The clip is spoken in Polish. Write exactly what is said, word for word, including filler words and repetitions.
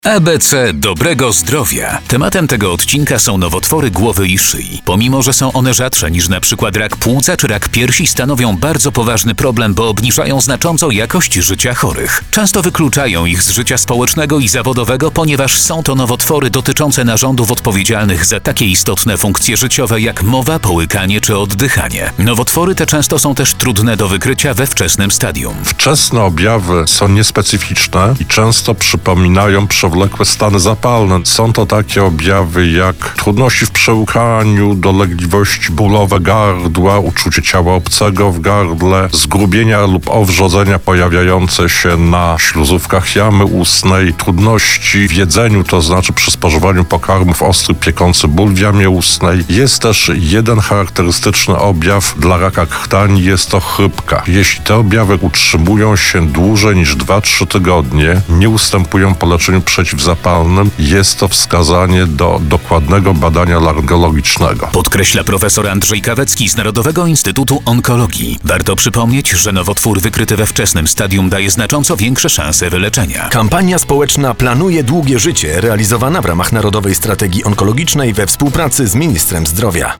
A B C dobrego zdrowia. Tematem tego odcinka są nowotwory głowy i szyi. Pomimo, że są one rzadsze niż na przykład rak płuca czy rak piersi, stanowią bardzo poważny problem, bo obniżają znacząco jakość życia chorych. Często wykluczają ich z życia społecznego i zawodowego, ponieważ są to nowotwory dotyczące narządów odpowiedzialnych za takie istotne funkcje życiowe jak mowa, połykanie czy oddychanie. Nowotwory te często są też trudne do wykrycia we wczesnym stadium. Wczesne objawy są niespecyficzne i często przypominają przewlekłe stany zapalne. Są to takie objawy jak trudności w przełkaniu, dolegliwości bólowe gardła, uczucie ciała obcego w gardle, zgrubienia lub owrzodzenia pojawiające się na śluzówkach jamy ustnej, trudności w jedzeniu, to znaczy przy spożywaniu pokarmów, ostry, piekący ból w jamie ustnej. Jest też jeden charakterystyczny objaw dla raka krtani, jest to chrypka. Jeśli te objawy utrzymują się dłużej niż dwa trzy tygodnie, nie ustępują po leczeniu przeciwzapalnym, jest to wskazanie do dokładnego badania laryngologicznego. Podkreśla profesor Andrzej Kawecki z Narodowego Instytutu Onkologii. Warto przypomnieć, że nowotwór wykryty we wczesnym stadium daje znacząco większe szanse wyleczenia. Kampania społeczna Planuje długie życie, realizowana w ramach Narodowej Strategii Onkologicznej we współpracy z Ministrem Zdrowia.